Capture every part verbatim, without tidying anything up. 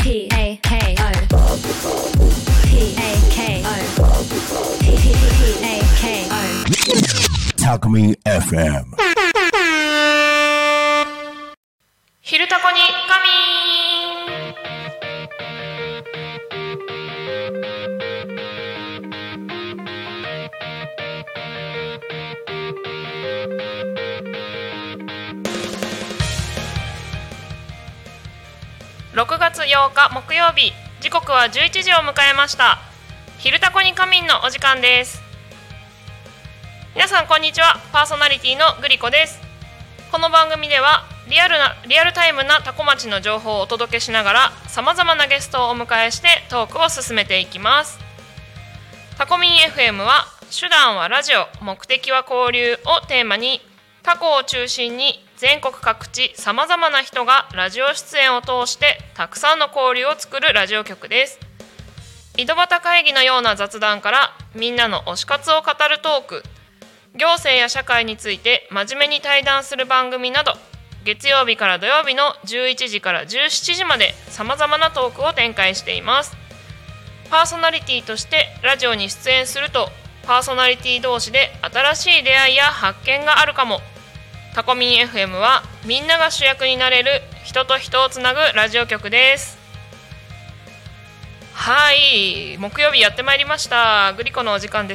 P A K O P A K O P A K O タコミン エフエム昼タコに仮眠。ろくがつようか木曜日、時刻はじゅういちじを迎えました。昼タコに仮眠のお時間です。皆さんこんにちは。パーソナリティのグリコです。この番組ではリアルなリアルタイムなタコ町の情報をお届けしながら、さまざまなゲストをお迎えしてトークを進めていきます。タコミン エフエム は手段はラジオ、目的は交流をテーマに、タコを中心に全国各地さまざまな人がラジオ出演を通してたくさんの交流を作るラジオ局です。井戸端会議のような雑談からみんなの推し活を語るトーク、行政や社会について真面目に対談する番組など、月曜日から土曜日のじゅういちじからじゅうしちじまでさまざまなトークを展開しています。パーソナリティとしてラジオに出演すると、パーソナリティ同士で新しい出会いや発見があるかも。タコミン エフエム はみんなが主役になれる人と人をつなぐラジオ局です。はい、木曜日やってまいりました。グリコのお時間です。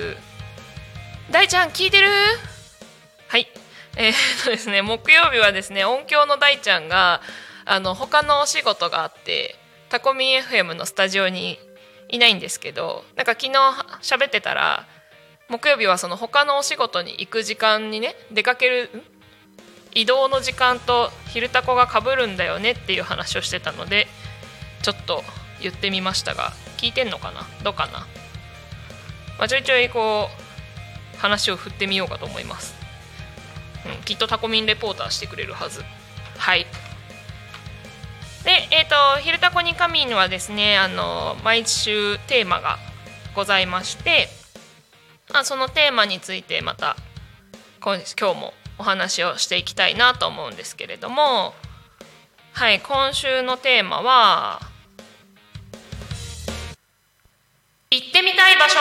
大ちゃん聞いてる？はい、えー、っとですね木曜日はですね、音響の大ちゃんがあの他のお仕事があってタコミン エフエム のスタジオにいないんですけど、なんか昨日喋ってたら、木曜日はその他のお仕事に行く時間にね、出かける移動の時間と昼タコが被るんだよねっていう話をしてたので、ちょっと言ってみましたが、聞いてんのかな、どうかな、まあ、ちょいちょいこう話を振ってみようかと思います、うん、きっとタコミンレポーターしてくれるはず。はい。で、えーと、昼タコに仮眠はですね、あの毎週テーマがございまして、まあ、そのテーマについてまた今日もお話をしていきたいなと思うんですけれども、はい、今週のテーマは行ってみたい場所。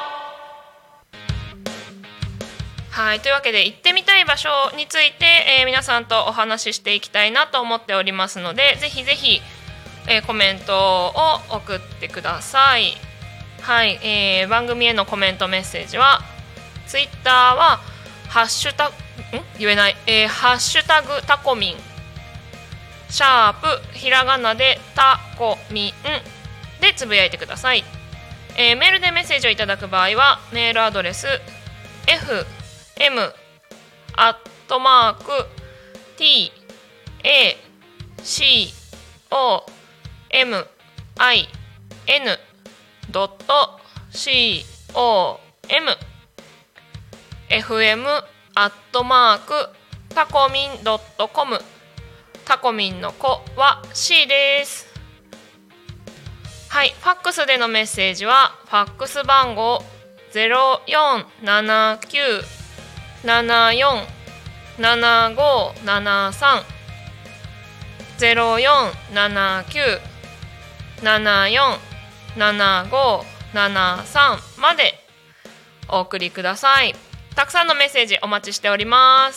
はい、というわけで行ってみたい場所について、えー、皆さんとお話ししていきたいなと思っておりますので、ぜひぜひ、えー、コメントを送ってください。はい、えー、番組へのコメントメッセージはツイッターはハッシュタグん言えない、えー、ハッシュタグタコミンシャープひらがなでタコミンでつぶやいてください。えー、メールでメッセージをいただく場合はメールアドレス エフエム アットマーク ティー エー シー オー エム アイ エヌ ドット シー オー エム エフエム アットマークタコミン ドットコム、 タコミンの子は C です。はい、ファックスでのメッセージはファックス番号 ゼロよんななきゅう ななよん ななご ななさん ゼロよんななきゅう ななよん ななご ななさんまでお送りください。たくさんのメッセージお待ちしております。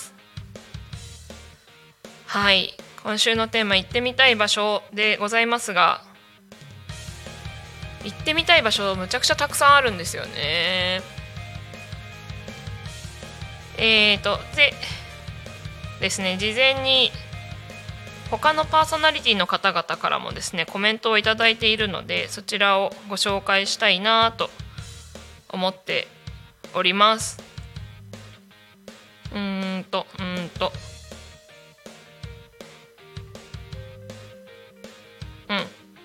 はい、今週のテーマ行ってみたい場所でございますが、行ってみたい場所むちゃくちゃたくさんあるんですよね。えーとでですね事前に他のパーソナリティの方々からもですねコメントをいただいているので、そちらをご紹介したいなと思っております。うーんとうーんとうん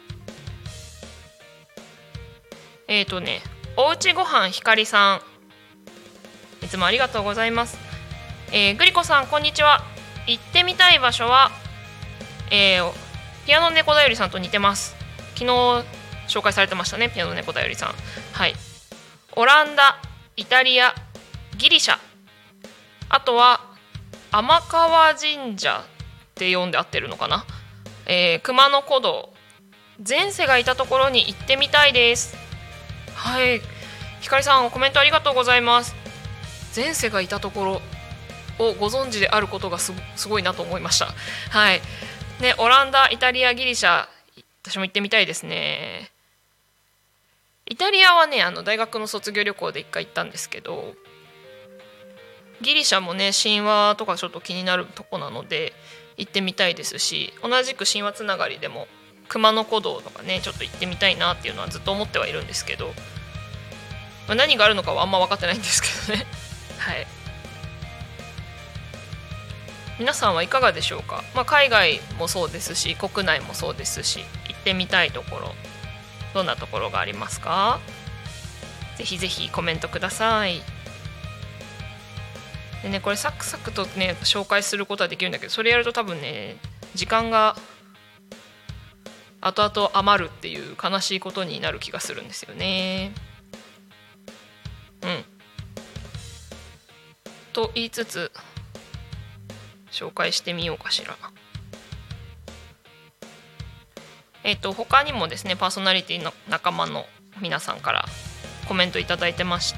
えーとねおうちごはんひかりさん、いつもありがとうございます。えー、グリコさんこんにちは。行ってみたい場所は、えー、ピアノ猫だよりさんと似てます。昨日紹介されてましたね、ピアノ猫だよりさん。はい、オランダ、イタリア、ギリシャ、あとは天川神社って読んで合ってるのかな、えー、熊野古道前世がいたところに行ってみたいです。はい、ひかりさんコメントありがとうございます。前世がいたところをご存知であることが す, すごいなと思いました。はいね、オランダ、イタリア、ギリシャ、私も行ってみたいですね。イタリアはね、あの大学の卒業旅行で一回行ったんですけど、ギリシャもね神話とかちょっと気になるとこなので行ってみたいですし、同じく神話つながりでも熊野古道とかねちょっと行ってみたいなっていうのはずっと思ってはいるんですけど、まあ、何があるのかはあんま分かってないんですけどねはい、皆さんはいかがでしょうか。まあ、海外もそうですし国内もそうですし、行ってみたいところどんなところがありますか。ぜひぜひコメントください。でね、これサクサクとね紹介することはできるんだけど、それやると多分ね時間が後々余るっていう悲しいことになる気がするんですよね。うんと言いつつ紹介してみようかしら。えっと他にもですねパーソナリティの仲間の皆さんからコメントいただいてまして、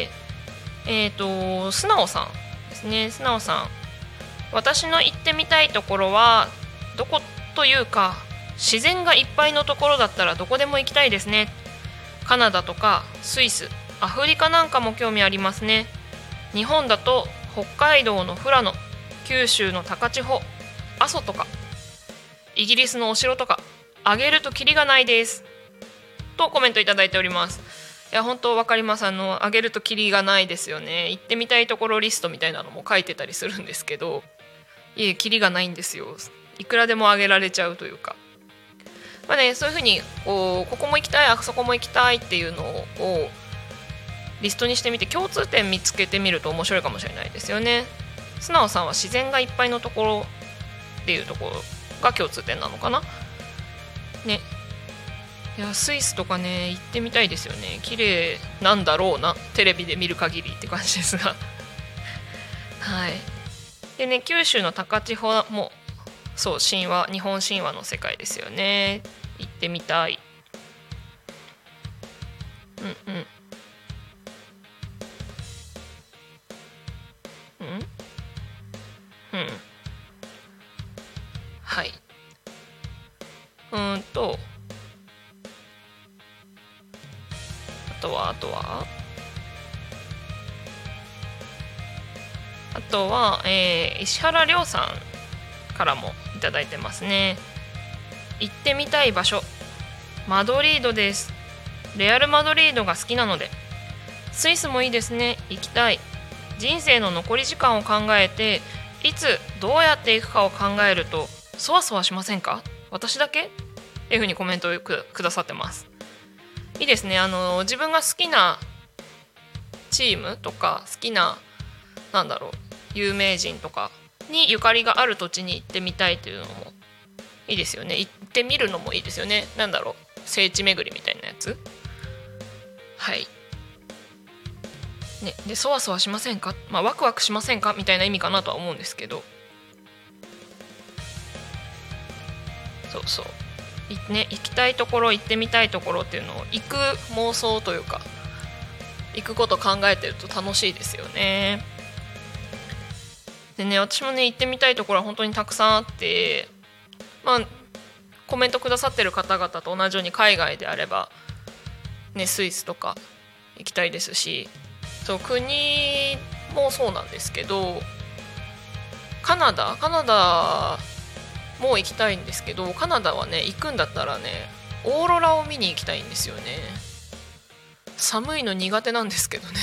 えっと素直さんですね。素直さん、私の行ってみたいところはどこというか自然がいっぱいのところだったらどこでも行きたいですね。カナダとかスイス、アフリカなんかも興味ありますね。日本だと北海道の富良野、九州の高千穂、阿蘇とかイギリスのお城とか挙げるとキリがないですとコメントいただいております。いや本当分かります。あの挙げるとキリがないですよね。行ってみたいところリストみたいなのも書いてたりするんですけど、いえキリがないんですよ。いくらでも挙げられちゃうというか、まあね、そういうふうにこうここも行きたいあそこも行きたいっていうのをリストにしてみて共通点見つけてみると面白いかもしれないですよね。素直さんは自然がいっぱいのところっていうところが共通点なのかなね。いやスイスとかね行ってみたいですよね。綺麗なんだろうな、テレビで見る限りって感じですがはい。でね、九州の高千穂もそう神話、日本神話の世界ですよね。行ってみたい。うんうんうんうんはい。うーんとあとはあとはあとは、えー、石原亮さんからもいただいてますね。行ってみたい場所、マドリードです。レアルマドリードが好きなので。スイスもいいですね、行きたい。人生の残り時間を考えていつどうやっていくかを考えるとそわそわしませんか。私だけっていうふうにコメントをくださってます。いいですね。あの自分が好きなチームとか好きななんだろう有名人とかにゆかりがある土地に行ってみたいというのもいいですよね。行ってみるのもいいですよね。なんだろう聖地巡りみたいなやつ。はいね、でそわそわしませんか、まあ、ワクワクしませんかみたいな意味かなとは思うんですけど、そうそうい、ね、行きたいところ行ってみたいところっていうのを行く妄想というか行くこと考えてると楽しいですよね。でね、私もね行ってみたいところは本当にたくさんあって、まあコメントくださってる方々と同じように海外であれば、ね、スイスとか行きたいですし、そう国もそうなんですけどカナダカナダも行きたいんですけど、カナダはね行くんだったらねオーロラを見に行きたいんですよね。寒いの苦手なんですけどね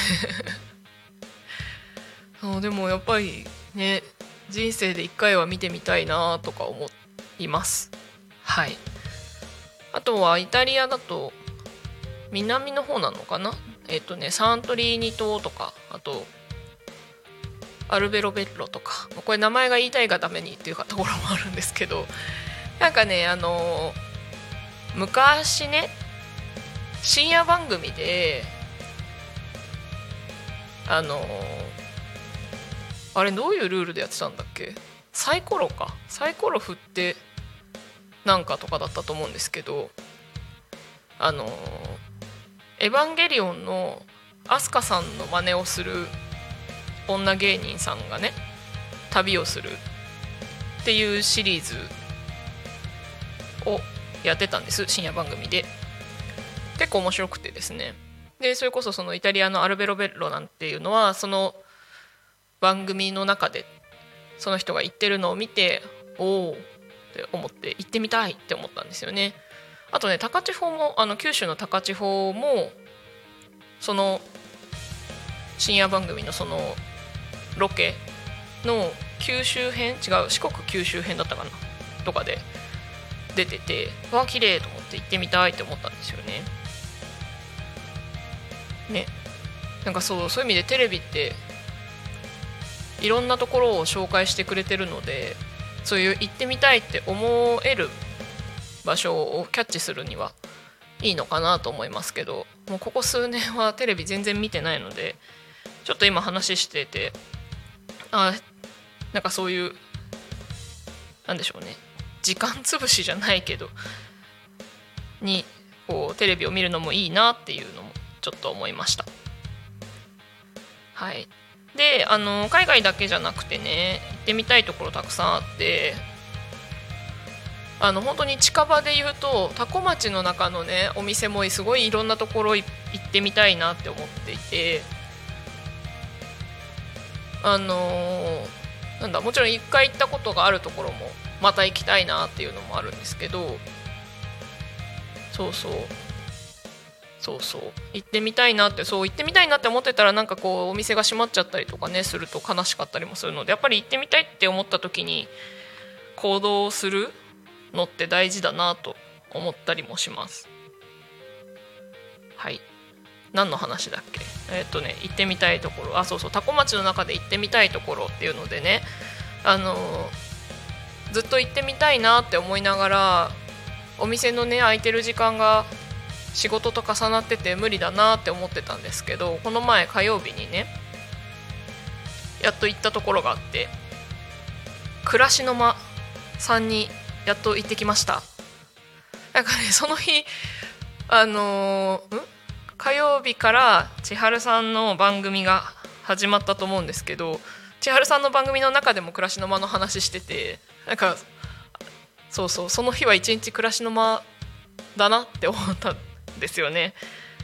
そうでもやっぱりね人生でいっかいは見てみたいなとか思います。はい。あとはイタリアだと南の方なのかな、えっとねサントリーニ島とか、あとアルベロベッロとか、これ名前が言いたいがためにっていうところもあるんですけど、なんかねあの昔ね深夜番組であのあれどういうルールでやってたんだっけ、サイコロかサイコロ振ってなんかとかだったと思うんですけど、あのエヴァンゲリオンのアスカさんの真似をする女芸人さんがね旅をするっていうシリーズをやってたんです、深夜番組で。結構面白くてですね、でそれこそそのイタリアのアルベロベッロなんていうのはその番組の中でその人が言ってるのを見て、おおって思って行ってみたいって思ったんですよね。あとね、高千穂も、あの九州の高千穂もその深夜番組のそのロケの九州編、違う四国九州編だったかなとかで出てて、わあ綺麗と思って行ってみたいって思ったんですよね。ね、なんかそうそういう意味でテレビっていろんなところを紹介してくれてるので、そういう行ってみたいって思える場所をキャッチするにはいいのかなと思いますけど、もうここ数年はテレビ全然見てないので、ちょっと今話してて、あ、なんかそういうなんでしょうね、時間潰しじゃないけどにこうテレビを見るのもいいなっていうのもちょっと思いました。はい。で、あの海外だけじゃなくてね、行ってみたいところたくさんあって、あの本当に近場で言うと多古町の中のねお店もすごいいろんなところ行ってみたいなって思っていて、あのー、なんだもちろん一回行ったことがあるところもまた行きたいなっていうのもあるんですけど、そうそうそうそう行ってみたいなってそう行ってみたいなって思ってたら、なんかこうお店が閉まっちゃったりとかねすると悲しかったりもするので、やっぱり行ってみたいって思った時に行動するのって大事だなと思ったりもします。はい。何の話だっけ。えーっとね行ってみたいところ、あ、そうそう、多古町の中で行ってみたいところっていうのでね、あのー、ずっと行ってみたいなって思いながら、お店のね空いてる時間が仕事と重なってて無理だなって思ってたんですけど、この前火曜日にねやっと行ったところがあって、暮らしの間さんにやっと行ってきました。なんかねその日あのー、ん火曜日から千春さんの番組が始まったと思うんですけど、千春さんの番組の中でも暮らしの間の話してて、なんかそうそう、その日は一日暮らしの間だなって思ったんですよね。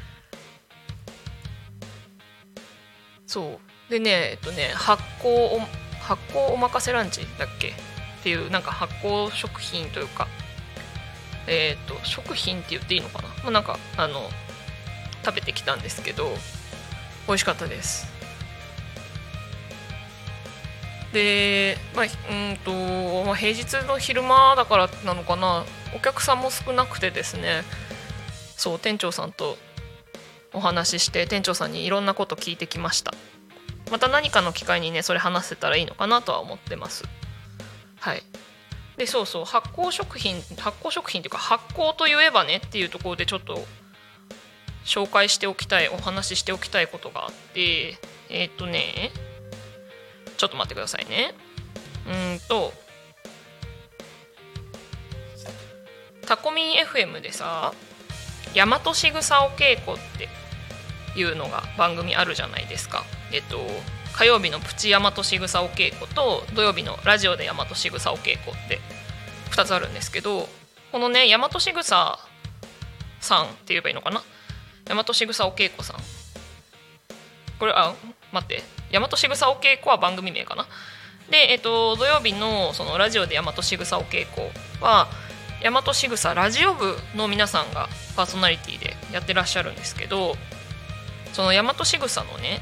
そうでね、えっとね発酵お発酵おまかせランチだっけっていう、なんか発酵食品というか、えっと食品って言っていいのかな、もうなんかあの食べてきたんですけど美味しかったです。で、まあうんとまあ、平日の昼間だからなのかな、お客さんも少なくてですね、そう店長さんとお話しして、店長さんにいろんなこと聞いてきました。また何かの機会にねそれ話せたらいいのかなとは思ってます。はい。でそうそう、発酵食品発酵食品というか発酵といえばねっていうところでちょっと紹介しておきたい、お話ししておきたいことがあって、えっとねちょっと待ってくださいね。うーんとタコミン エフエム でさ、大和しぐさお稽古っていうのが番組あるじゃないですか。えっと火曜日のプチ大和しぐさお稽古と土曜日のラジオで大和しぐさお稽古ってふたつあるんですけど、このね大和しぐささんって言えばいいのかな、大和しぐさお稽古さん、これあ待って大和しぐさお稽古は番組名かな。で、えっと、土曜日 の, そのラジオで大和しぐさお稽古は大和しぐさラジオ部の皆さんがパーソナリティでやってらっしゃるんですけど、その大和しぐさのね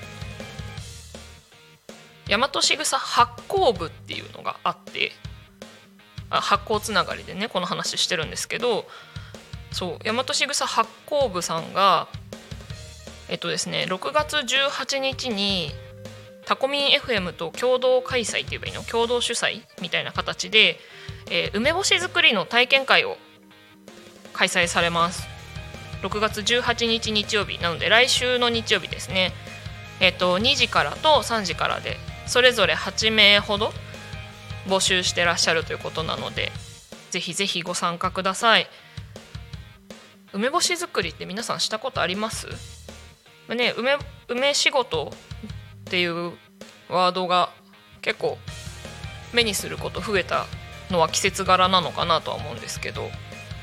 大和しぐさ発酵部っていうのがあって、あ発酵つながりでねこの話してるんですけど、そう大和しぐさ発酵部さんがえっとですねろくがつじゅうはちにちにタコミン エフエム と共同開催って言えばいいの、共同主催みたいな形で、えー、梅干し作りの体験会を開催されます。ろくがつじゅうはちにち日曜日なので来週の日曜日ですね。えっとにじからとさんじからでそれぞれはちめいほど募集してらっしゃるということなので、 ぜひぜひご参加ください。梅干し作りって皆さんしたことあります？ね、梅、梅仕事っていうワードが結構目にすること増えたのは季節柄なのかなとは思うんですけど、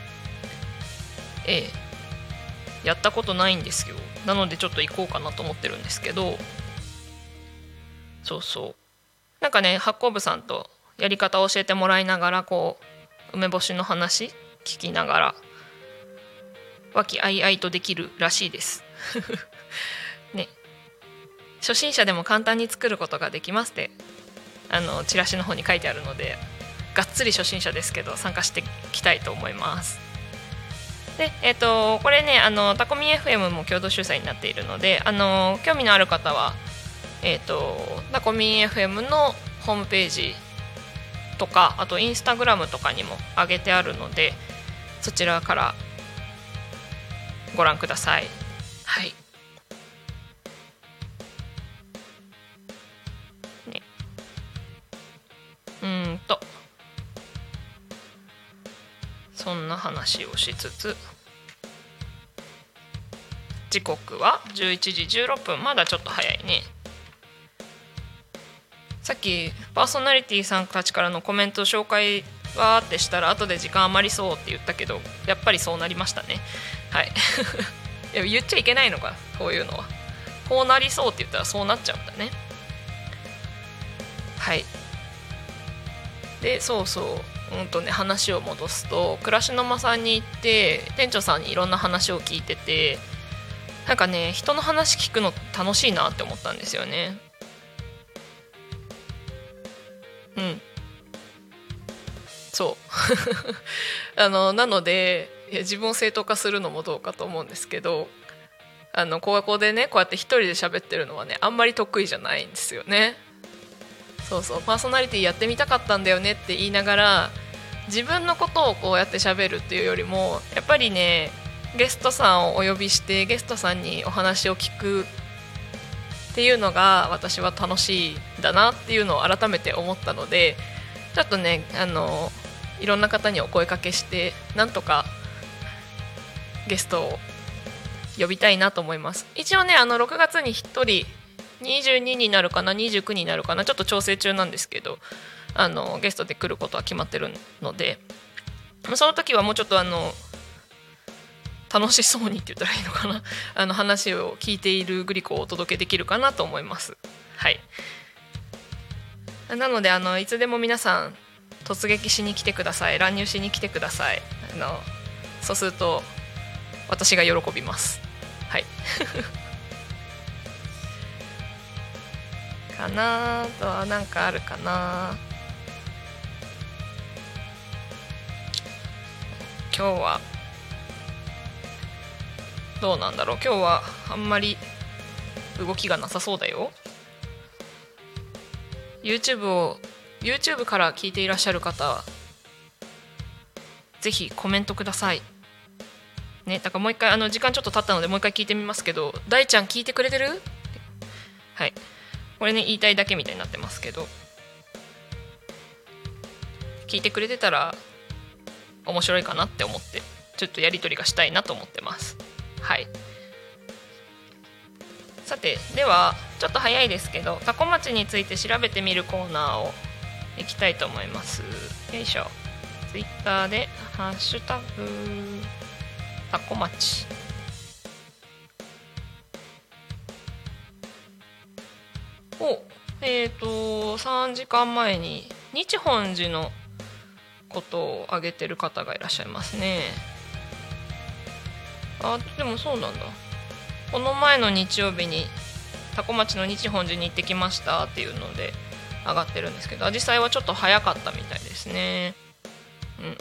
ええ、やったことないんですよ。なのでちょっと行こうかなと思ってるんですけど、そうそう、なんかね、発酵部さんとやり方を教えてもらいながら、こう梅干しの話聞きながら和気あいあいとできるらしいですね、初心者でも簡単に作ることができますってあのチラシの方に書いてあるので、がっつり初心者ですけど参加していきたいと思います。で、えーと、これね、あのタコミン エフエム も共同主催になっているので、あの興味のある方は、えーと、タコミン エフエム のホームページとか、あとインスタグラムとかにも上げてあるので、そちらからご覧ください。はい、ね、うーんとそんな話をしつつ、時刻はじゅういちじじゅうろっぷん、まだちょっと早いね。さっきパーソナリティさんたちからのコメント紹介わーってしたら後で時間余りそうって言ったけど、やっぱりそうなりましたね。はいいや、言っちゃいけないのか、こういうのは。こうなりそうって言ったらそうなっちゃうんだね。はい。で、そうそう、うんとね、話を戻すと、暮らしの間さんに行って店長さんにいろんな話を聞いてて、なんかね、人の話聞くの楽しいなって思ったんですよね。うん、そうあのなので、いや、自分を正当化するのもどうかと思うんですけど、あの高校でね、こうやって一人で喋ってるのはね、あんまり得意じゃないんですよね。そうそう、パーソナリティやってみたかったんだよねって言いながら、自分のことをこうやって喋るっていうよりも、やっぱりね、ゲストさんをお呼びしてゲストさんにお話を聞くっていうのが私は楽しいんだなっていうのを改めて思ったので、ちょっとね、あのいろんな方にお声かけして、なんとかゲストを呼びたいなと思います。一応ね、あのろくがつにひとりにじゅうにになるかな、にじゅうくになるかな、ちょっと調整中なんですけど、あのゲストで来ることは決まってるので、その時はもうちょっとあの楽しそうにって言ったらいいのかなあの話を聞いているグリコをお届けできるかなと思います。はい。なので、あのいつでも皆さん突撃しに来てください。乱入しに来てください。あのそうすると私が喜びます。はいかな。あとは何かあるかな。今日はどうなんだろう。今日はあんまり動きがなさそうだよ。 YouTube を YouTube から聞いていらっしゃる方、ぜひコメントくださいね。だからもう一回、あの時間ちょっと経ったのでもう一回聞いてみますけど、大ちゃん聞いてくれてる？はい、これね、言いたいだけみたいになってますけど、聞いてくれてたら面白いかなって思って、ちょっとやり取りがしたいなと思ってます。はい。さて、ではちょっと早いですけど、タコ町について調べてみるコーナーをいきたいと思います。よいしょ。ツイッターでハッシュタグタコ町、お、えっとさんじかんまえに日本寺のことを挙げてる方がいらっしゃいますね。あ、でもそうなんだ。この前の日曜日に多古町の日本寺に行ってきましたっていうので上がってるんですけど、紫陽花はちょっと早かったみたいですね。うんうん。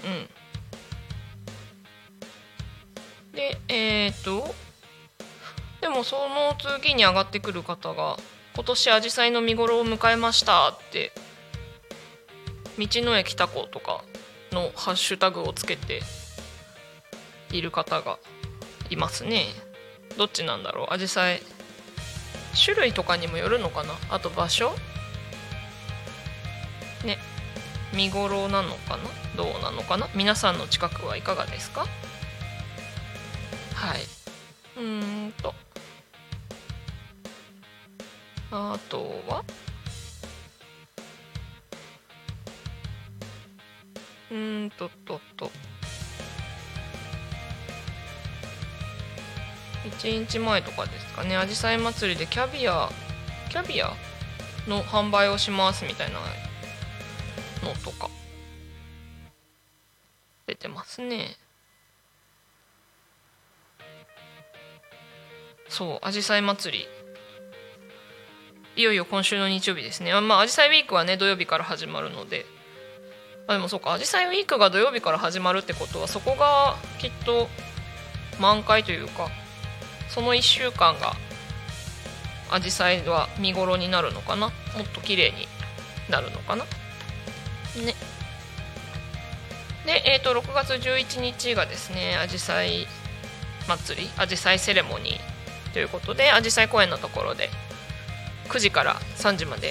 で、えっとでもその次に上がってくる方が、今年紫陽花の見頃を迎えましたって道の駅タコとかのハッシュタグをつけている方がいますね。どっちなんだろう。アジサイ種類とかにもよるのかな。あと場所ね、 見頃なのかな、どうなのかな、皆さんの近くはいかがですか。はい、うーんとあとはうーんとっとっといちにちまえとかですかね、あじさい祭りでキャビアキャビアの販売をしますみたいなのとか出てますね。そう、あじさい祭りいよいよ今週の日曜日ですね。まああじさいウィークはね土曜日から始まるので、あでもそうか、あじさいウィークが土曜日から始まるってことは、そこがきっと満開というか、そのいっしゅうかんがアジサイは見頃になるのかな、もっと綺麗になるのかなね。で、えー、とろくがつじゅういちにちがですね、アジサイ祭り、アジサイセレモニーということで、アジサイ公園のところでくじからさんじまで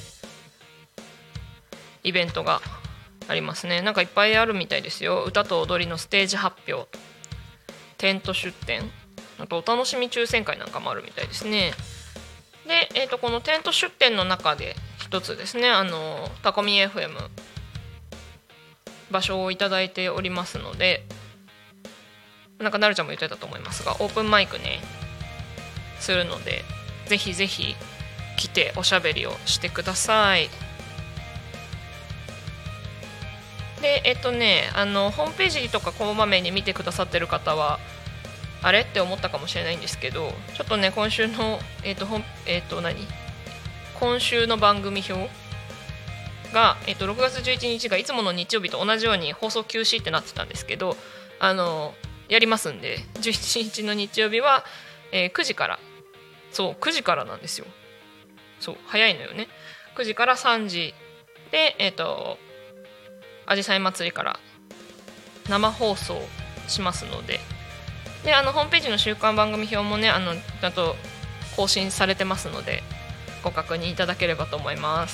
イベントがありますね。なんかいっぱいあるみたいですよ。歌と踊りのステージ発表、テント出店、あとお楽しみ抽選会なんかもあるみたいですね。で、えー、とこのテント出店の中で一つですね、あのタコミ エフエム 場所をいただいておりますので、なんかなるちゃんも言ってたと思いますが、オープンマイクねするので、ぜひぜひ来ておしゃべりをしてください。でえっとねあのホームページとかこまめに見てくださってる方はあれって思ったかもしれないんですけど、ちょっとね今週のえっとほんえっと何今週の番組表が、えっとろくがつじゅういちにちがいつもの日曜日と同じように放送休止ってなってたんですけど、あのやりますんで、じゅういちにちの日曜日は、えー、くじから、そうくじからなんですよ。そう早いのよね。くじからさんじで、えっとあじさい祭りから生放送しますので、であのホームページの週間番組表もね、あのちゃんと更新されてますので、ご確認いただければと思います。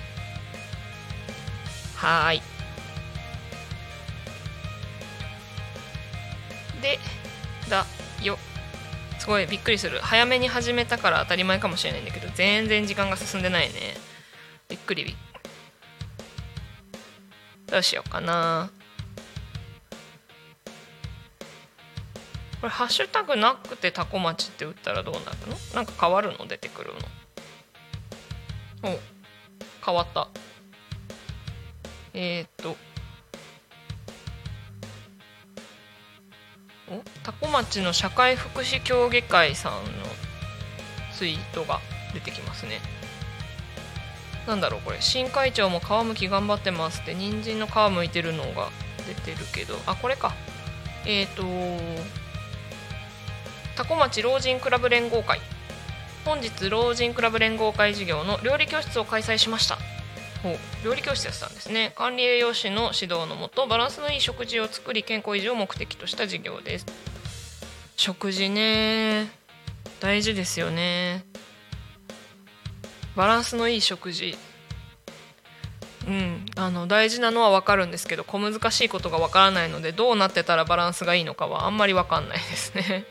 はーい。でだよ、すごいびっくりする。早めに始めたから当たり前かもしれないんだけど、全然時間が進んでないね。びっくりびっどうしようかな。これハッシュタグなくてタコ町って打ったらどうなるの？なんか変わるの？出てくるの？お、変わった。えー、っとおタコ町の社会福祉協議会さんのツイートが出てきますね。なんだろうこれ、新会長も皮むき頑張ってますって、人参の皮むいてるのが出てるけど、あこれか。えー、っとタコ町老人クラブ連合会、本日老人クラブ連合会事業の料理教室を開催しました。料理教室やってたんですね。管理栄養士の指導のもと、バランスのいい食事を作り健康維持を目的とした事業です。食事ね、大事ですよね。バランスのいい食事、うん、あの大事なのは分かるんですけど、小難しいことが分からないので、どうなってたらバランスがいいのかはあんまり分かんないですね。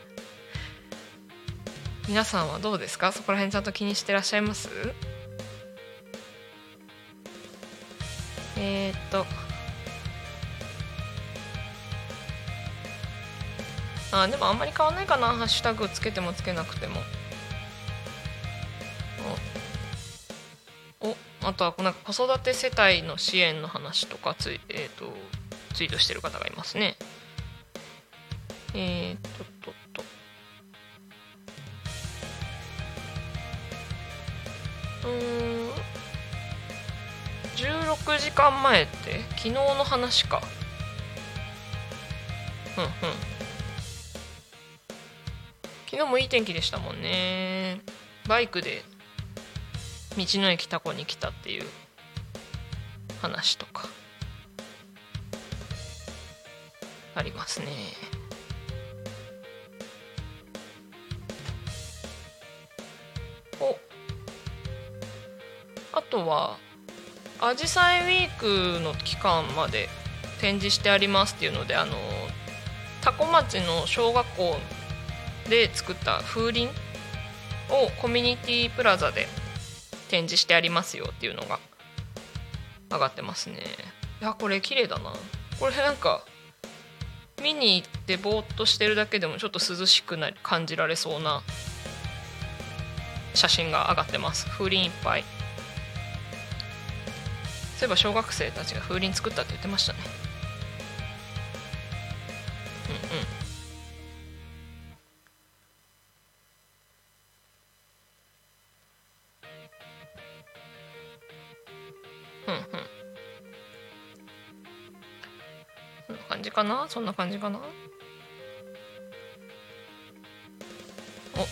皆さんはどうですか？そこら辺ちゃんと気にしてらっしゃいます？えー、っとあでもあんまり変わんないかな、ハッシュタグつけてもつけなくても。おあとはなんか子育て世帯の支援の話とかツイ、えー、っとツイートしてる方がいますね。えー、っとっとっとうーんじゅうろくじかんまえって昨日の話か。うんうん、昨日もいい天気でしたもんね。バイクで道の駅タコに来たっていう話とかありますね。おあとはアジサイウィークの期間まで展示してありますっていうので、あの多古町の小学校で作った風鈴をコミュニティプラザで展示してありますよっていうのが上がってますね。いやこれ綺麗だな。これなんか見に行ってぼーっとしてるだけでもちょっと涼しくなり感じられそうな写真が上がってます。風鈴いっぱい。そういえば小学生たちが風鈴作ったって言ってましたね。うんうんうんうん。そんな感じかなそんな感じかな。お、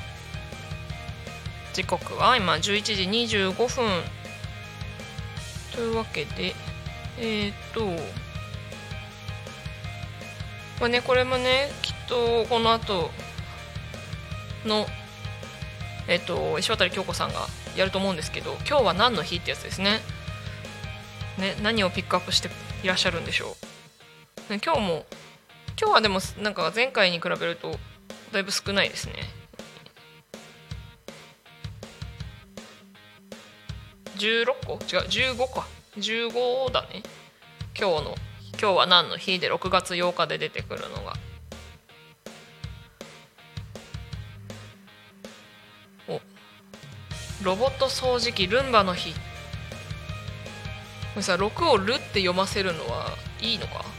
時刻は今じゅういちじにじゅうごふんというわけで、えっとまあね、これもねきっとこの後のえっと石渡京子さんがやると思うんですけど、今日は何の日ってやつですね。ね、何をピックアップしていらっしゃるんでしょう、ね、今日も今日はでもなんか前回に比べるとだいぶ少ないですね。じゅうろっこ違うじゅうごかじゅうごだね。今日の今日は何の日でろくがつようかで出てくるのが。お、ロボット掃除機ルンバの日。これさろくをルって読ませるのはいいのか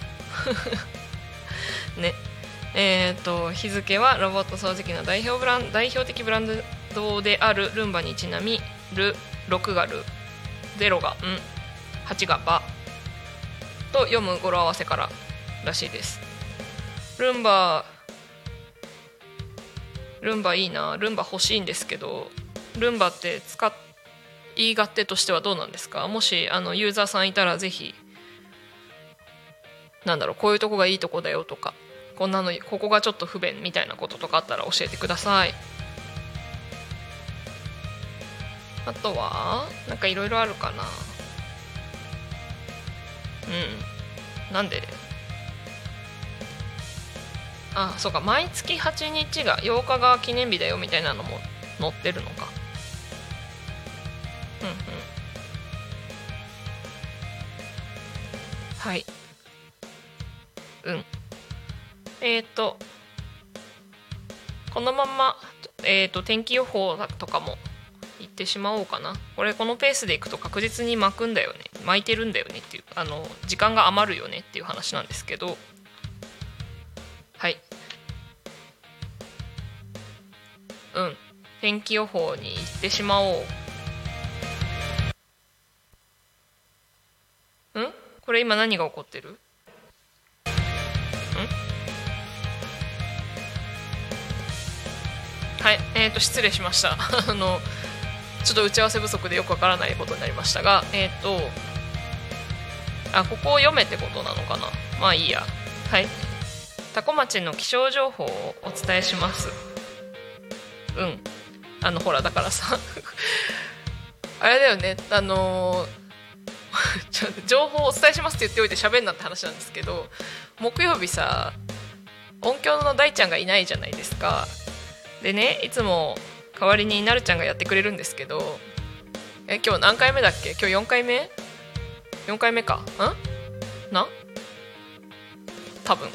ね。えっ、ー、と日付はロボット掃除機の代表ブラン代表的ブランドであるルンバにちなみ、ルろくがル、ゼロがん、はちがバと読む語呂合わせかららしいです。ルンバルンバいいな。ルンバ欲しいんですけど、ルンバって使っ言い勝手としてはどうなんですか。もしあのユーザーさんいたらぜひなんだろう、こういうとこがいいとこだよとか、こんなのここがちょっと不便みたいなこととかあったら教えてください。あとはなんかいろいろあるかな。うん、なんであ、そうか、毎月はちにちがようかが記念日だよみたいなのも載ってるのか。うんうん。はい。うんえっ、ー、とこのまま、えー、と天気予報とかも言ってしまおうかな。これこのペースでいくと確実に巻くんだよね、巻いてるんだよねっていう、あの時間が余るよねっていう話なんですけど、はい、うん天気予報に行ってしまおう。んこれ今何が起こってる？んはい、えーと失礼しましたあのちょっと打ち合わせ不足でよくわからないことになりましたが、えっ、ー、とあここを読めってことなのかな。まあいいや。はい、多古町の気象情報をお伝えします。うんあのほらだからさあれだよね、あのー、情報をお伝えしますって言っておいて喋んなって話なんですけど、木曜日さ音響の大ちゃんがいないじゃないですか。でね、いつも代わりになるちゃんがやってくれるんですけど、え今日何回目だっけ。今日よんかいめよんかいめかんな多分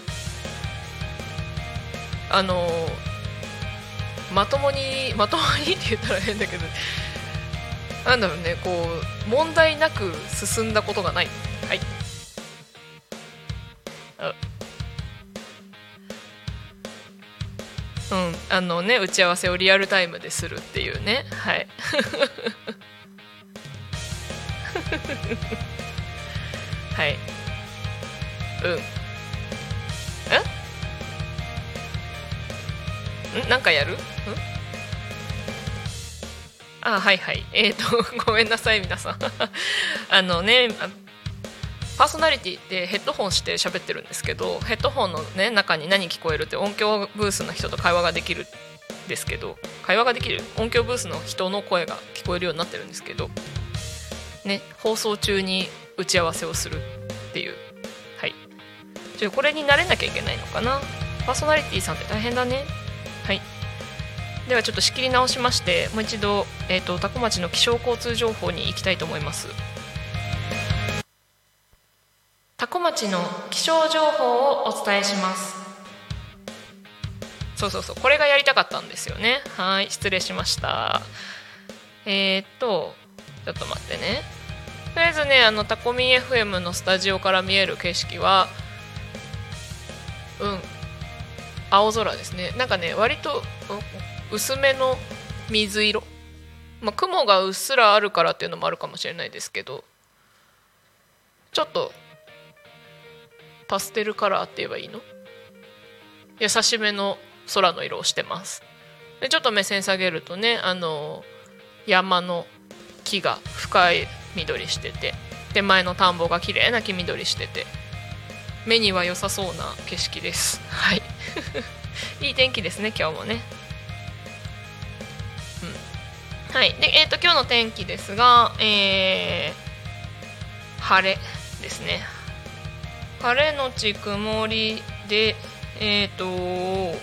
あのー、まともにまともにって言ったら変だけど、なんだろうね、こう問題なく進んだことがない。はいうん、あのね打ち合わせをリアルタイムでするっていうね。はいはいうんんなんかやるんあはいはいえっ、ー、とごめんなさい皆さんあのねパーソナリティってヘッドホンして喋ってるんですけど、ヘッドホンの、ね、中に何聞こえるって音響ブースの人と会話ができるんですけど、会話ができる音響ブースの人の声が聞こえるようになってるんですけど、 ね、放送中に打ち合わせをするっていう、はい、ちょこれに慣れなきゃいけないのかな。パーソナリティさんって大変だね。はい、ではちょっと仕切り直しまして、もう一度、えーと、多古町の気象交通情報に行きたいと思います。多古町の気象情報をお伝えします。そうそうそう、これがやりたかったんですよね。はい、失礼しました。えーっとちょっと待ってね。とりあえずね、あのタコミン エフエム のスタジオから見える景色はうん青空ですね。なんかね、割と薄めの水色、まあ、雲がうっすらあるからっていうのもあるかもしれないですけど、ちょっとパステルカラーって言えばいいの、優しめの空の色をしてます。でちょっと目線下げるとね、あの山の木が深い緑してて、手前の田んぼが綺麗な黄緑してて、目には良さそうな景色です。はいいい天気ですね、今日もね。うん、はい。で、えっと今日の天気ですが、えー、晴れですね。晴れのち曇りで、えっと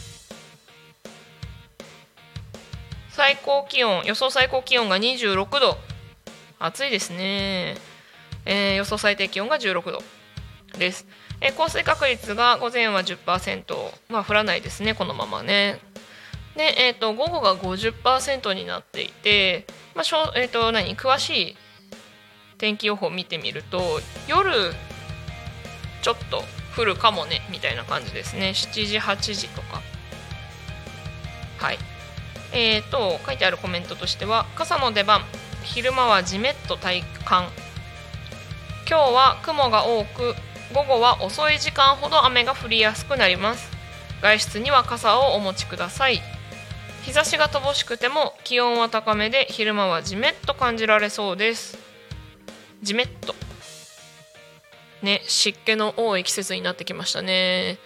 最高気温、予想最高気温がにじゅうろくど、暑いですね。えー、予想最低気温がじゅうろくどです。えー、降水確率が午前は じゅっパーセント、まあ降らないですね、このままね。で、えー、と午後が ごじゅっパーセント になっていて、まあしょえー、と何詳しい天気予報を見てみると、夜ちょっと降るかもねみたいな感じですね。しちじはちじとか。はい。えー、と書いてあるコメントとしては、傘の出番、昼間はじめっと体感、今日は雲が多く午後は遅い時間ほど雨が降りやすくなります。外出には傘をお持ちください。日差しが乏しくても気温は高めで、昼間はじめっと感じられそうです。じめっとね、湿気の多い季節になってきましたね。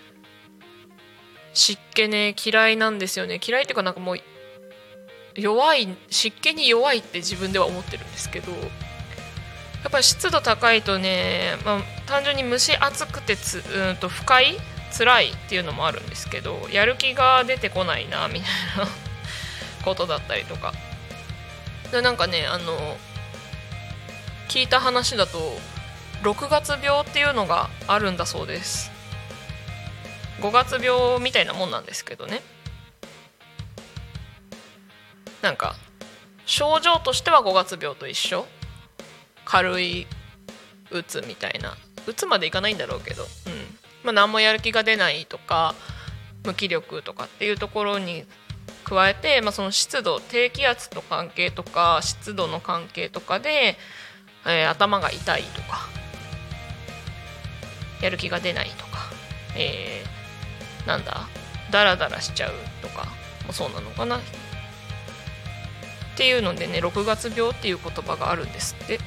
湿気ね、嫌いなんですよね。嫌いっていうか、なんかもう弱い、湿気に弱いって自分では思ってるんですけど、やっぱり湿度高いとね、まあ、単純に蒸し暑くてつうんと不快辛いっていうのもあるんですけど、やる気が出てこないなみたいなことだったりとかで、なんかね、あの聞いた話だとろくがつ病っていうのがあるんだそうです。ごがつ病みたいなもんなんですけどね、なんか症状としてはごがつ病と一緒、軽いうつみたいな、うつまでいかないんだろうけど、うんまあ、何もやる気が出ないとか無気力とかっていうところに加えて、まあ、その湿度、低気圧と関係とか湿度の関係とかで、えー、頭が痛いとかやる気が出ないとか、えー、なんだダラダラしちゃうとかもそうなのかなっていうのでね、ろくがつ病っていう言葉があるんですって。うん、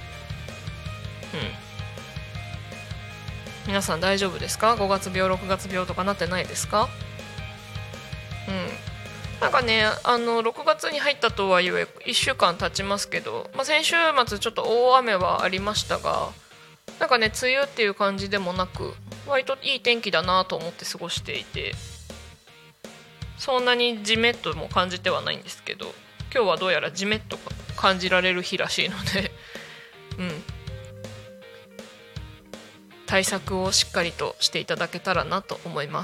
皆さん大丈夫ですか？ごがつ病、ろくがつ病とかなってないですか？うん、なんかね、あのろくがつに入ったとはいえいっしゅうかん経ちますけど、まあ、先週末ちょっと大雨はありましたが、なんかね、梅雨っていう感じでもなく、割といい天気だなと思って過ごしていて、そんなにジメッとも感じてはないんですけど、今日はどうやらジメッと感じられる日らしいのでうん対策をしっかりとしていただけたらなと思います。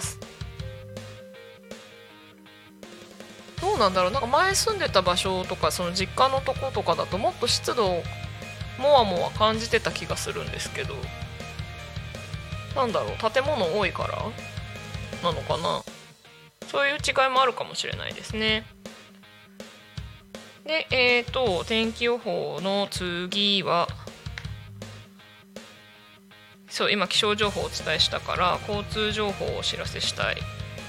どうなんだろう、なんか前住んでた場所とかその実家のとことかだともっと湿度をもわもわ感じてた気がするんですけど、なんだろう、建物多いからなのかな、そういう違いもあるかもしれないですね。で、えーと天気予報の次は、そう今気象情報をお伝えしたから交通情報をお知らせしたい。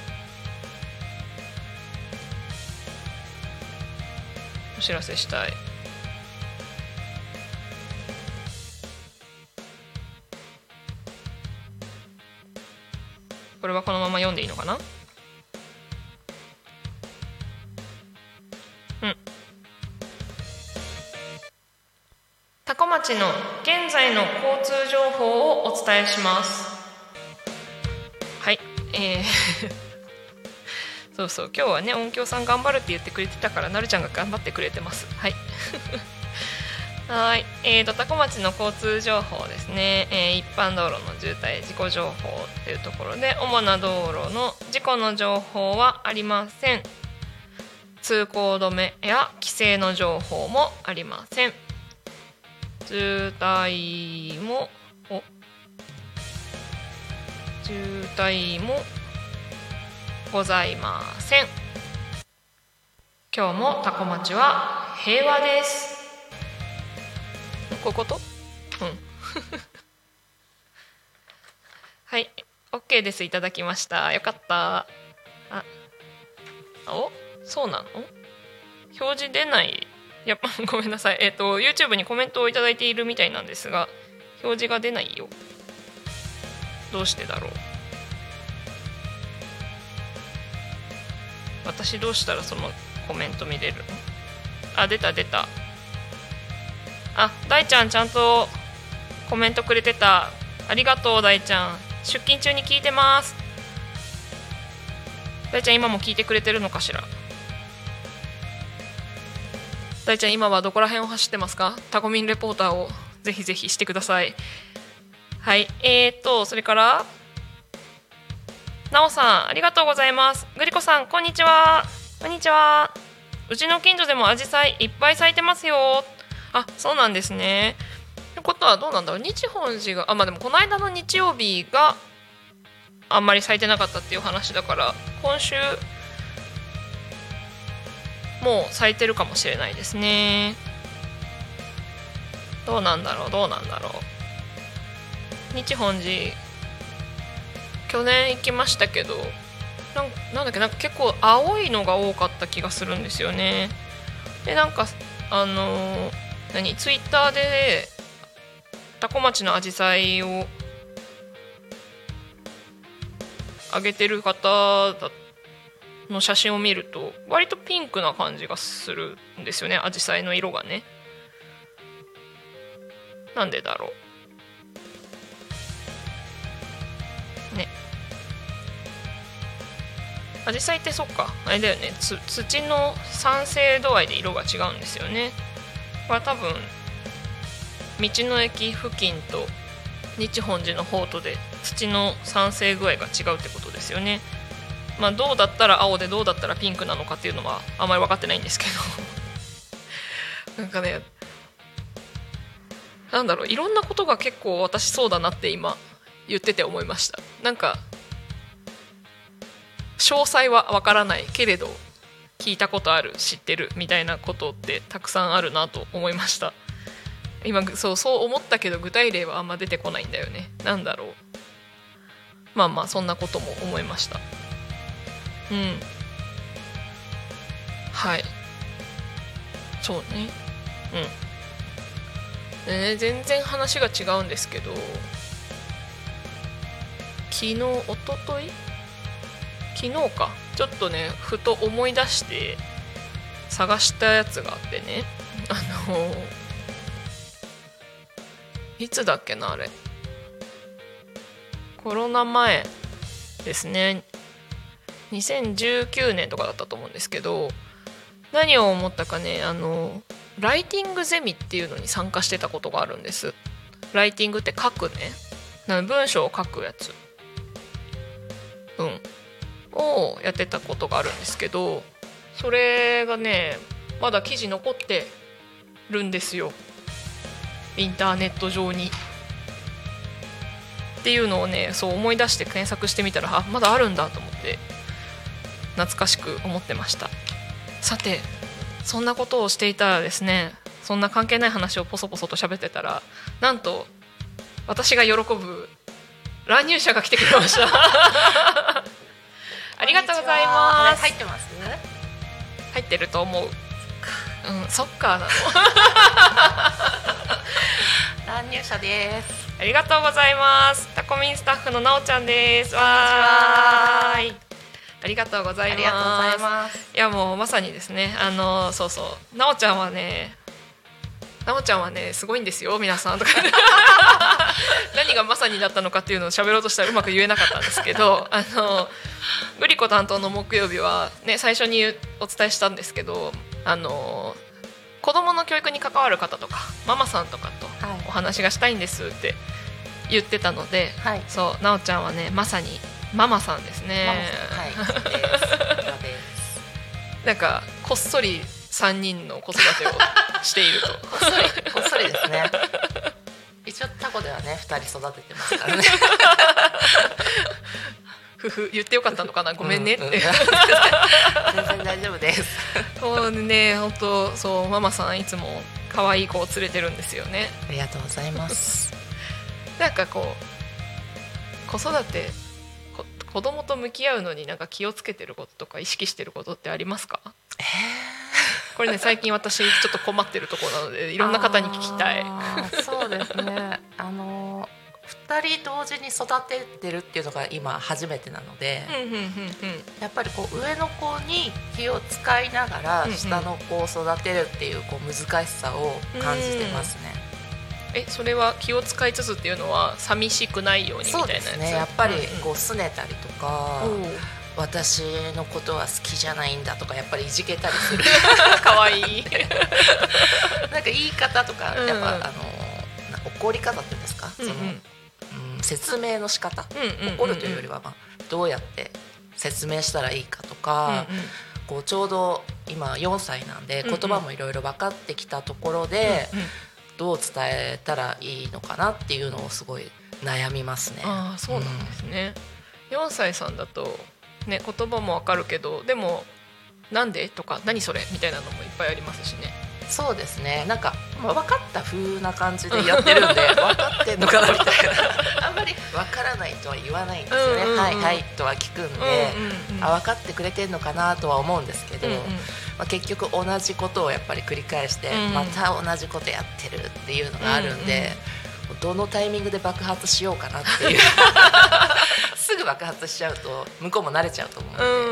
お知らせしたい。これはこのまま読んでいいのかな。うん。多古町の現在の交通情報をお伝えします。はい、えーそうそう、今日はね音響さん頑張るって言ってくれてたからなるちゃんが頑張ってくれてます。はいはい、えーと多古町の交通情報ですね、えー、一般道路の渋滞事故情報というところで、主な道路の事故の情報はありません。通行止めや規制の情報もありません。渋滞もお渋滞もございません。今日も多古町は平和です。こういうこと？うんはい、 OK です。いただきました。よかった。あ、お、そうなの？表示出ない。やっぱごめんなさい。えっと YouTube にコメントをいただいているみたいなんですが、表示が出ないよ。どうしてだろう。私どうしたらそのコメント見れるの？あ、出た出た。あ、大ちゃんちゃんとコメントくれてた。ありがとう大ちゃん。出勤中に聞いてます。大ちゃん今も聞いてくれてるのかしら。大ちゃん今はどこら辺を走ってますか？タコミンレポーターをぜひぜひしてください。はい、えーとそれからなおさんありがとうございます。グリコさんこんにちは。こんにちは。うちの近所でもアジサイいっぱい咲いてますよ。あ、そうなんですね。ということはどうなんだろう。日本寺があ、まあでもこの間の日曜日があんまり咲いてなかったっていう話だから、今週もう咲いてるかもしれないですね。どうなんだろうどうなんだろう。日本寺去年行きましたけど、なん、なんだっけ、なんか結構青いのが多かった気がするんですよね。でなんかあのー何ツイッターで多古町のアジサイを上げてる方の写真を見ると割とピンクな感じがするんですよね、アジサイの色がね。なんでだろうね。アジサイってそっかあれだよね、つ土の酸性度合いで色が違うんですよね。これは多分道の駅付近と日本寺の方とで土の酸性具合が違うってことですよね。まあどうだったら青でどうだったらピンクなのかっていうのはあんまり分かってないんですけどなんかね、なんだろう、いろんなことが結構私そうだなって今言ってて思いました。なんか詳細は分からないけれど聞いたことある、知ってるみたいなことってたくさんあるなと思いました。今そうそう思ったけど具体例はあんま出てこないんだよね。なんだろう。まあまあそんなことも思いました。うん。はい。そうね。うん。でね、全然話が違うんですけど、昨日一昨日昨日かちょっとねふと思い出して探したやつがあってね、あのいつだっけな、あれコロナ前ですね、にせんじゅうきゅうねんとかだったと思うんですけど、何を思ったかね、あのライティングゼミっていうのに参加してたことがあるんです。ライティングって書くね、なん文章を書くやつ、うんをやってたことがあるんですけど、それがねまだ記事残ってるんですよ、インターネット上に。っていうのをねそう思い出して検索してみたら、あまだあるんだと思って懐かしく思ってました。さてそんなことをしていたらですね、そんな関係ない話をポソポソと喋ってたら、なんと私が喜ぶ乱入者が来てくれましたありがとうございます。 入ってます？ 入ってると思う。うん、そっかなの乱入者です。 ありがとうございます。タコミンスタッフのなおちゃんです。わーい、ありがとうございます。 ありがとうございます。 いやもうまさにですね、あのそうそうなおちゃんはねなおちゃんはねすごいんですよ皆さんとか何がまさにだったのかっていうのを喋ろうとしたらうまく言えなかったんですけど、あのグリコ担当の木曜日は、ね、最初にお伝えしたんですけど、あの子どもの教育に関わる方とかママさんとかとお話がしたいんですって言ってたので、はい、そうなおちゃんはねまさにママさんですね。 ママさん、はい、そうですなんかこっそりさんにんの子育てをしているとこっそりこっそりですね。一応タコではねふたり育ててますからね。 ふふ言ってよかったのかな、ごめんねって、うんうん、全然大丈夫です。 そうね、本当そうママさんいつも可愛い子を連れてるんですよね。 ありがとうございます。 なんかこう子育てこ子供と向き合うのになんか気をつけてることとか意識してることってありますか？ えー、 これね最近私ちょっと困ってるところなのでいろんな方に聞きたい。 そうですね、あのふたり同時に育ててるっていうのが今初めてなので、 うんうんうんうん、 やっぱりこう上の子に気を使いながら下の子を育てるっていう、こう難しさを感じてますね。 うん、えそれは気を使いつつっていうのは寂しくないようにみたいなやつ？ そうですね、やっぱりこう拗ねたりとか、うんうん、私のことは好きじゃないんだとかやっぱりいじけたりする。 かわいい。 なんか言い方とか、うん、やっぱあの怒り方っていうんですか、 うんうん、 そのうん、説明の仕方、うんうんうんうん、怒るというよりは、まあ、どうやって説明したらいいかとか、うんうん、こうちょうど今よんさいなんで言葉もいろいろ分かってきたところで、うんうん、どう伝えたらいいのかなっていうのをすごい悩みますね。 ああ、そうなんですね、うん、よんさいさんだと、ね、言葉も分かるけどでもなんでとか何それみたいなのもいっぱいありますしね。 そうですね、なんか、まあ、分かった風な感じでやってるんで分かってんのかなみたいな。あんまり分からないとは言わないんですよね、うんうんうん、はいはいとは聞くんで、うんうんうん、あ分かってくれてんのかなとは思うんですけど、うんうん、まあ、結局同じことをやっぱり繰り返して、うんうん、また同じことやってるっていうのがあるんで、うんうん、どのタイミングで爆発しようかなっていう。すぐ爆発しちゃうと向こうも慣れちゃうと思うんで、うんうんうん、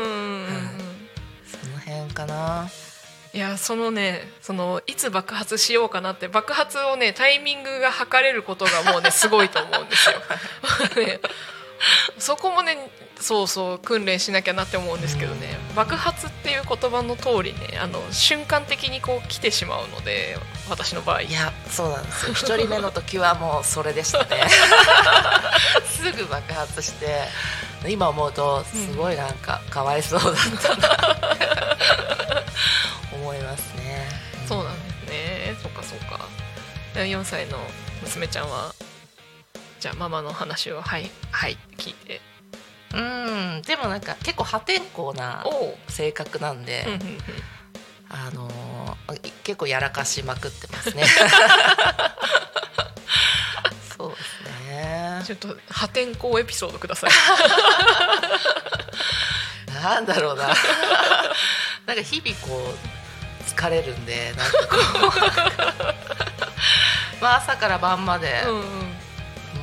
その辺かな。 いやそのねそのいつ爆発しようかなって爆発をねタイミングが測れることがもうねすごいと思うんですよ。ね、そこもねそうそう訓練しなきゃなって思うんですけどね、爆発っていう言葉の通りねあの瞬間的にこう来てしまうので私の場合。 いやそうなんですよ、一人目の時はもうそれでしたね。すぐ爆発して今思うとすごいなんかかわいそうだったな、うん、思いますね、 うん、そうなんですね。そっかそっか。よんさいの娘ちゃんはじゃあママの話をはいはいって聞いて、 うん、でもなんか結構破天荒な性格なんで、あのー、結構やらかしまくってますね。そうですね。 ちょっと破天荒エピソードください。 なんだろうな。なんか日々こう疲れるんで、なんかこうまあ朝から晩まで、うんうん、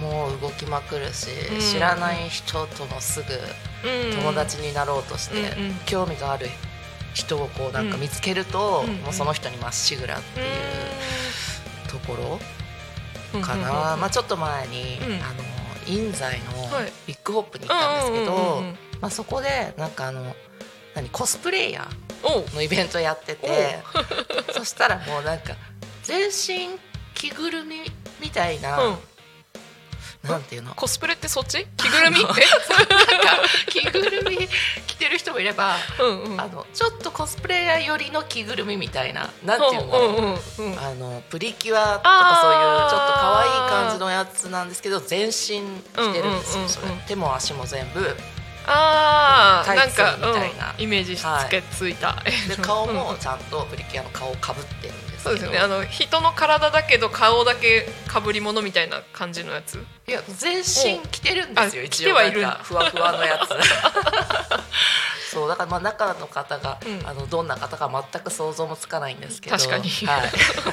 もう動きまくるし、うん、知らない人ともすぐ友達になろうとして、うんうん、興味がある人をこうなんか見つけると、うん、もうその人にまっしぐらっていうところかな、うん、まあ、ちょっと前に、うん、あの印西のビッグホップに行ったんですけど、まあ、そこでなんかあの何コスプレイヤーのイベントやってて、そしたらもうなんか全身着ぐるみみたいな、うん、なんていうの、 コスプレってそっち着ぐるみってなんか着ぐるみ着てる人もいれば、うんうん、あのちょっとコスプレイヤー寄りの着ぐるみみたいな、なんていうの、うんうんうん、あのプリキュアとかそういうちょっと可愛い感じのやつなんですけど全身着てるんですよ、うんうんうんうん、それ手も足も全部あータイツみたいな、 なんか、うん、イメージつけついた、はい、で顔もちゃんとプリキュアの顔をかぶってるんですけど、 そうですね、あの人の体だけど顔だけかぶり物みたいな感じのやつ。 いや全身着てるんですよ、一応なんかふわふわのやつ。そうだからまあ中の方が、うん、あのどんな方か全く想像もつかないんですけど、 確かに、 はい、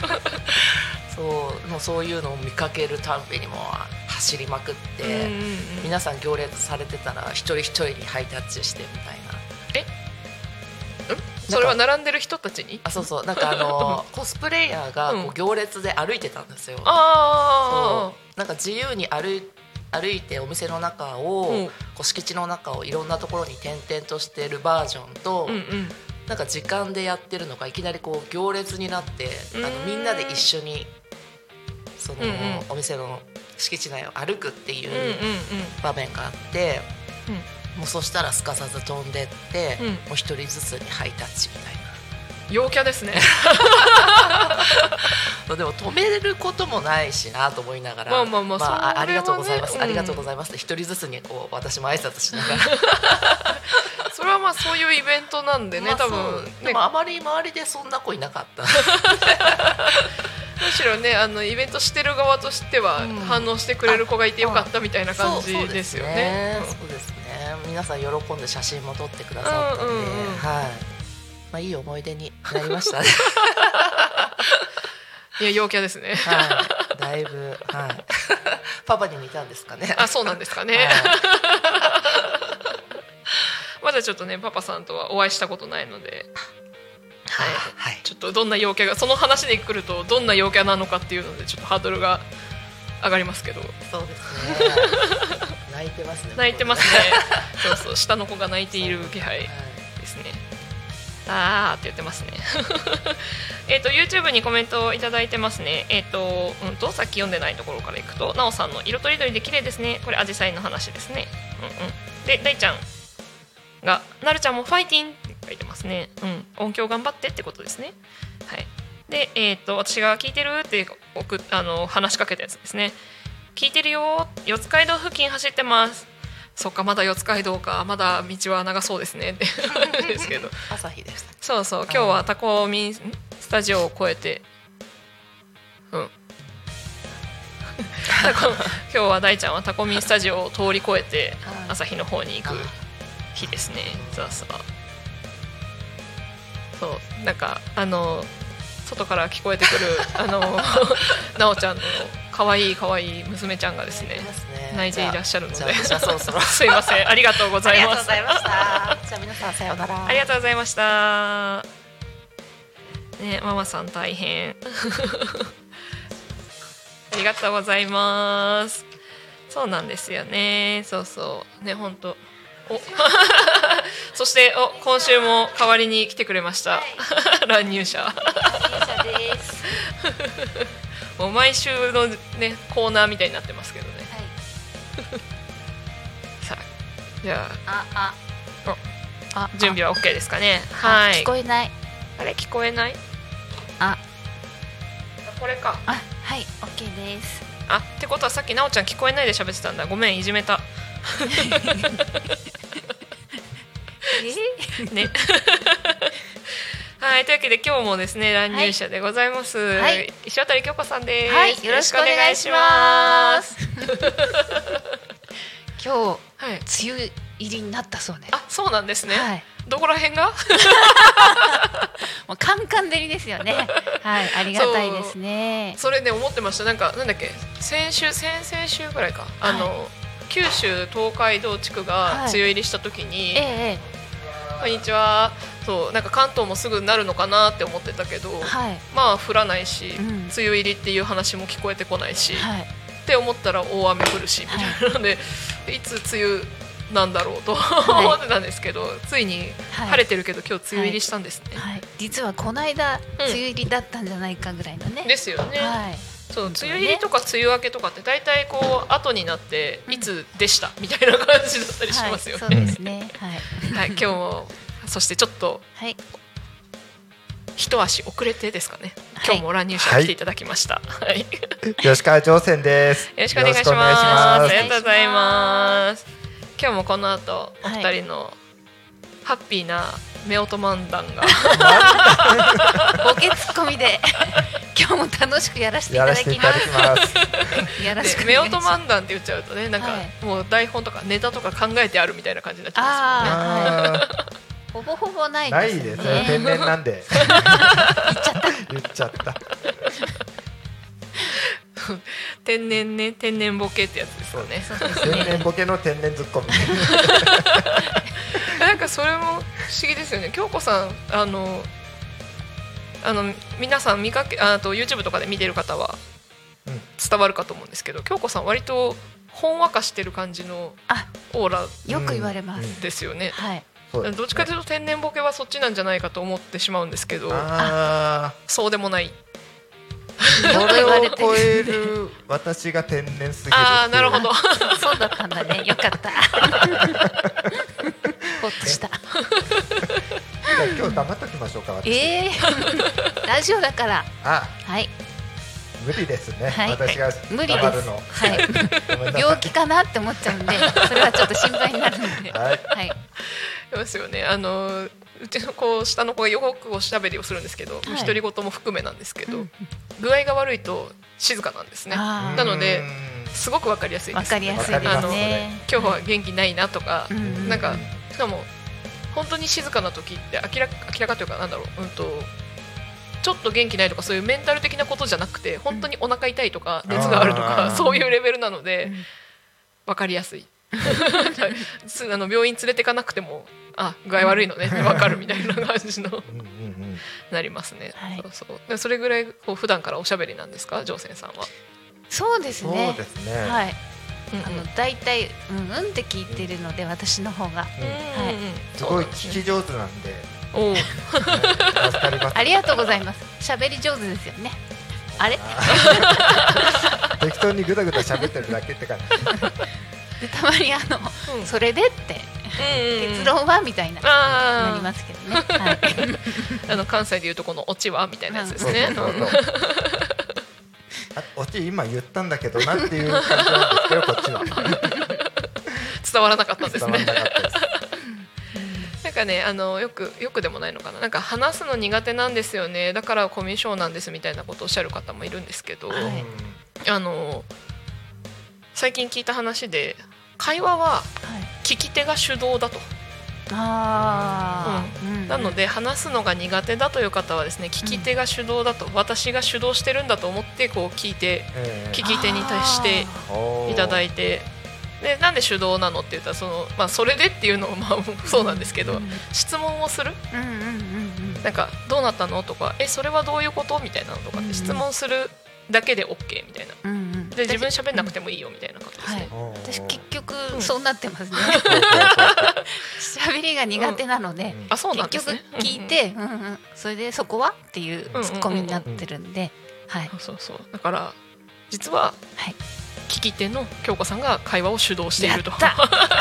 そうもうそういうのを見かけるたんびにも走りまくって、うんうんうん、皆さん行列されてたら一人一人にハイタッチしてみたいな。 えそれは並んでる人たちにあそうそうなんかあのコスプレイヤーがこう行列で歩いてたんですよ、うん、 あなんか自由に歩い歩いてお店の中を、うん、こう敷地の中をいろんなところに転々としているバージョンと、うんうん、なんか時間でやってるのがいきなりこう行列になってあのみんなで一緒にその、うんうん、お店の敷地内を歩くっていう場面があって、うんうんうん、もうそしたらすかさず飛んでって、うん、もう一人ずつにハイタッチみたいな陽キャですねでも止めることもないしなと思いながら、 まあまあまあ、まあ、 あ, ありがとうございます、うん、ありがとうございますって一人ずつにこう私も挨拶しながらそれはまあそういうイベントなんでね、まあ、多分ねでもあまり周りでそんな子いなかったむしろねあのイベントしてる側としては反応してくれる子がいてよかったみたいな感じですよね。 そうですね、皆さん喜んで写真も撮ってくださったんで、うんうんうん、はい、まあ、いい思い出になりましたねいや陽キャですね、 はい、だいぶ、はい、パパに似たんですかね。 あ、そうなんですかね、はい、まだちょっとねパパさんとはお会いしたことないので、はいはい、ちょっとどんな陽キャがその話で来るとどんな陽キャなのかっていうのでちょっとハードルが上がりますけど。 そうですね泣いてますね。 泣いてますねそうそう下の子が泣いている気配ですね。あーって言ってますねえっと YouTube にコメントをいただいてますね。えっ、ー、と、うんとさっき読んでないところからいくとなおさんの色とりどりで綺麗ですね。これアジサイの話ですね。うんうん、で大ちゃんがなるちゃんもファイティンって書いてますね。うん、音響頑張ってってことですね。はい。で、えー、と私が聞いてるって送あの話しかけたやつですね。聞いてるよ、四街道付近走ってます。そっか、まだ四街道か、まだ道は長そうですねってですけど朝日でした。 そうそう、今日はタコミンスタジオを越えてうん今日は大ちゃんはタコミンスタジオを通り越えて朝日の方に行く日ですね。そうそうそう、なんかあの外から聞こえてくるあのなおちゃんの可愛い可愛い娘ちゃんがですね泣いていらっしゃるので、 じゃあそろそろすいません、ありがとうございます。 ありがとうございました。じゃあ皆さんさようなら。 ありがとうございましたね。ママさん大変ありがとうございます。そうなんですよね。そうそうね、本当おそしてお今週も代わりに来てくれました、はい、乱入者乱入者ですもう毎週の、ね、コーナーみたいになってますけどね、はい、さあじゃああああ準備は OK ですかね。 はい、聞こえない。 あれ聞こえない。 あこれか。 あはい OK です。 あってことはさっきなおちゃん聞こえないで喋ってたんだ。ごめんいじめたねはい、というわけで今日もですね乱入者でございます、はい、石渡京子さんです、 はい、よろしくお願いします今日、はい、梅雨入りになったそうね。 あ、そうなんですね、はい、どこら辺がもうカンカン照りですよねはい、ありがたいですね。 そ, それね思ってました。なんかなんだっけ先週先々週ぐらいか、あの、はい、九州東海道地区が梅雨入りした時に、はい、ええ、こんにちは。そうなんか関東もすぐなるのかなって思ってたけど、はい、まあ降らないし、うん、梅雨入りっていう話も聞こえてこないし、はい、って思ったら大雨降るしみたいなので、はい、いつ梅雨なんだろうと、はい、思ってたんですけど、ついに晴れてるけど、はい、今日梅雨入りしたんですね、 はいはい、実はこの間梅雨入りだったんじゃないかぐらいのね、 うん、ですよね、はい、そう梅雨入りとか梅雨明けとかって大体こう後になっていつでした、うん、みたいな感じだったりしますよね、 はい、そうですね、はいはい、今日もそしてちょっと、はい、一足遅れてですかね、今日も乱入者来ていただきました、はい、 吉川上泉です。 よろしくお願いします。ありがとうございます。今日もこの後お二人のハッピーな夫婦漫談がボケツッコミで今日も楽しくやらせていただきます。 よろしくお願いします。夫婦漫談って言っちゃうとね、なんかもう台本とかネタとか考えてあるみたいな感じになっちゃいますよね。 ほぼほぼないですね。 ないですね。天然なんで。 言っちゃった。 言っちゃった。 天然ね、天然ボケってやつですよね。 天然ボケの天然ツッコミ。 なんかそれも思議ですよね。京子さんあのあの皆さん見かけあと YouTube とかで見てる方は伝わるかと思うんですけど、京子さん割とほんわかしてる感じのオーラよく言われます、 ですよね。 はい。 そうですねどっちかというと天然ボケはそっちなんじゃないかと思ってしまうんですけど、 あそうでもない。 ーそれを超える私が天然すぎるっていう。 ああなるほど。 そうだったんだね。よかった。ほっとした。 じゃあ今日黙っときましょうか。私ええー、ラジオだから。 あ、 はい。 無理ですね、 はい私が無理です。 黙るの。 はい。 ごめんなさい病気かなって思っちゃうんで、それはちょっと心配になるんで。 はいはい。 ですよね。あのうちの子下の子がよくおしゃべりをするんですけど、 い独り言も含めなんですけど、 うん具合が悪いと静かなんですね。 あーなのですごくわかりやすいです。 わかりやすいですあのね。 今日は元気ないなとか、 うんなんかしかも本当に静かな時って明らか明らかというかなんだろう、うんとちょっと元気ないとかそういうメンタル的なことじゃなくて、本当にお腹痛いとか熱があるとか、 あーそういうレベルなので、 うんわかりやすい。あの病院連れてかなくてもあ具合悪いのねってわかるみたいな感じのうんうんうんなりますね。 はいそうそうでそれぐらいこう普段からおしゃべりなんですか、ジョーセンさんは。 そうですそうね。 ですね。 はい。 うんうんあのだいたいうんうんって聞いてるので、私の方が。 うんうんうんすごい聞き上手なんで、 おうね助かります。 ありがとうございます。喋り上手ですよね。あれ？ 適当にぐだぐだ喋ってるだけって感じ。 でたまにあの、 うんそれでってうんうん結論はみたいなあーなりますけどね。はい。 あの関西でいうとこのオチはみたいなやつですね。 そうそうそうあオチ今言ったんだけどなっていう感じなんですけど、こっちは伝わらなかったんです伝わね。 らなかったです。 なんかねあのよくよくでもないのかな、なんか話すの苦手なんですよね、だからコミュ障なんですみたいなことをおっしゃる方もいるんですけど、 はいあの最近聞いた話で会話ははい。 聞き手が主導だと、 ああ、 なので話すのが苦手だという方はですね、聞き手が主導だと、私が主導してるんだと思ってこう聞いてえ聞き手に対していただいいて、でなんで手動なのって言ったらその、まあ、それでっていうのもまあそうなんですけど、 うん質問をする、 うんうんうんうん。 なんかどうなったのとか、えそれはどういうことみたいなのとかって質問するだけで OK みたいな、 うんうんで自分喋んなくてもいいよみたいな感じですね。 私結局んそうなってますね。喋りが苦手なので、 あそうなん結局ですね。 聞いて、うんうん、それでそこはっていうツッコミになってるんで、はいうんうんそうそうだから実ははい。 聞き手の京子さんが会話を主導していると。 やった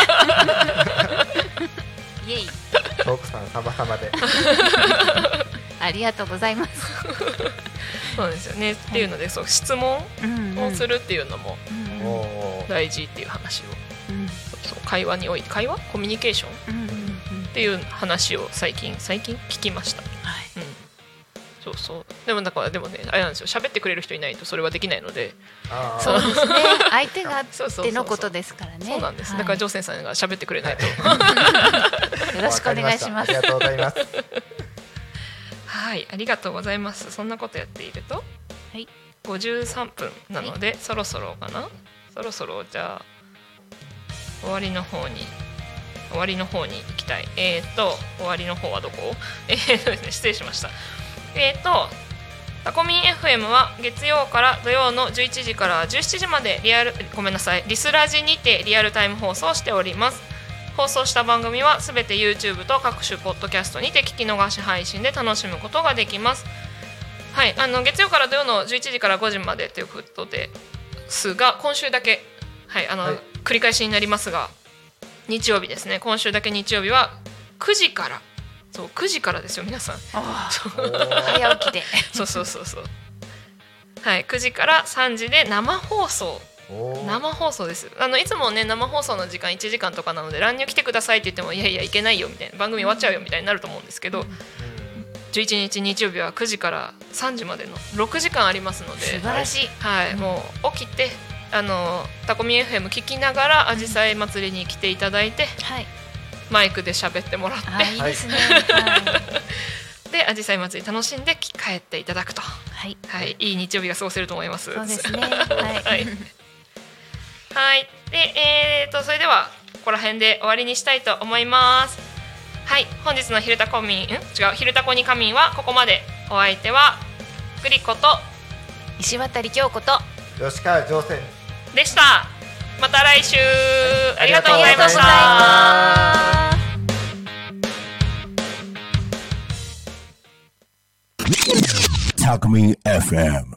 イエイ、 トークさん様々で。 ありがとうございます。 そうなんですよね、っていうのでそう質問うんをするっていうのもうんうんおー大事っていう話を、 うんそう会話において会話コミュニケーションっうんうんうんていう話を最近最近聞きました。 はい。 うん、そうそうでもだからでもねあれなんですよ、喋ってくれる人いないとそれはできないので、 あーそうですね。相手があっそうそうそうそうてのことですからね。 そうなんです、 はいだからジョーセンさんが喋ってくれないと、 よろしくお願いします。 わかりしたありがとうございます。 はいありがとうございます。そんなことやっていると、 はいごじゅうさんぷんなので、そろそろかなそろそろじゃあ終わりの方に終わりの方に行きたい。えーと終わりの方はどこえーとですね失礼しました。えーとタコミン エフエム は月曜から土曜のじゅういちじからじゅうしちじまでリアルごめんなさいリスラジにてリアルタイム放送しております。放送した番組はすべて YouTube と各種ポッドキャストにて聞き逃し配信で楽しむことができます。はい、あの月曜から土曜のじゅういちじからごじまでということですが、今週だけ、はいあのはい繰り返しになりますが、日曜日ですね、今週だけ日曜日はくじから、そうくじからですよ皆さん。 あおーー早起きで。 そうそうそうそう。はい、くじからさんじで生放送。 おー生放送です。あのいつもね生放送の時間いちじかんとかなので乱入来てくださいって言ってもいやいやいけないよみたいな、番組終わっちゃうよみたいになると思うんですけど、じゅういちにち日曜日はくじからさんじまでのろくじかんありますので、 素晴らしい。 はい、もう起きてあのタコミ エフエム 聞きながらあじさい祭りに来ていただいて、 はい。 マイクで喋ってもらって、 あーいいですね。はい。 であじさい祭り楽しんで帰っていただくと、 はい。 はい、いい日曜日が過ごせると思います。 そうですね。はい。 はい、はい、で、えー、とそれではここら辺で終わりにしたいと思います。 はい、本日のひるたこみん、ん違うひるたこにかみんはここまで。お相手はグリコと石渡京子と吉川上船でした。また来週。ありがとうございましあた。 Talk Me エフエム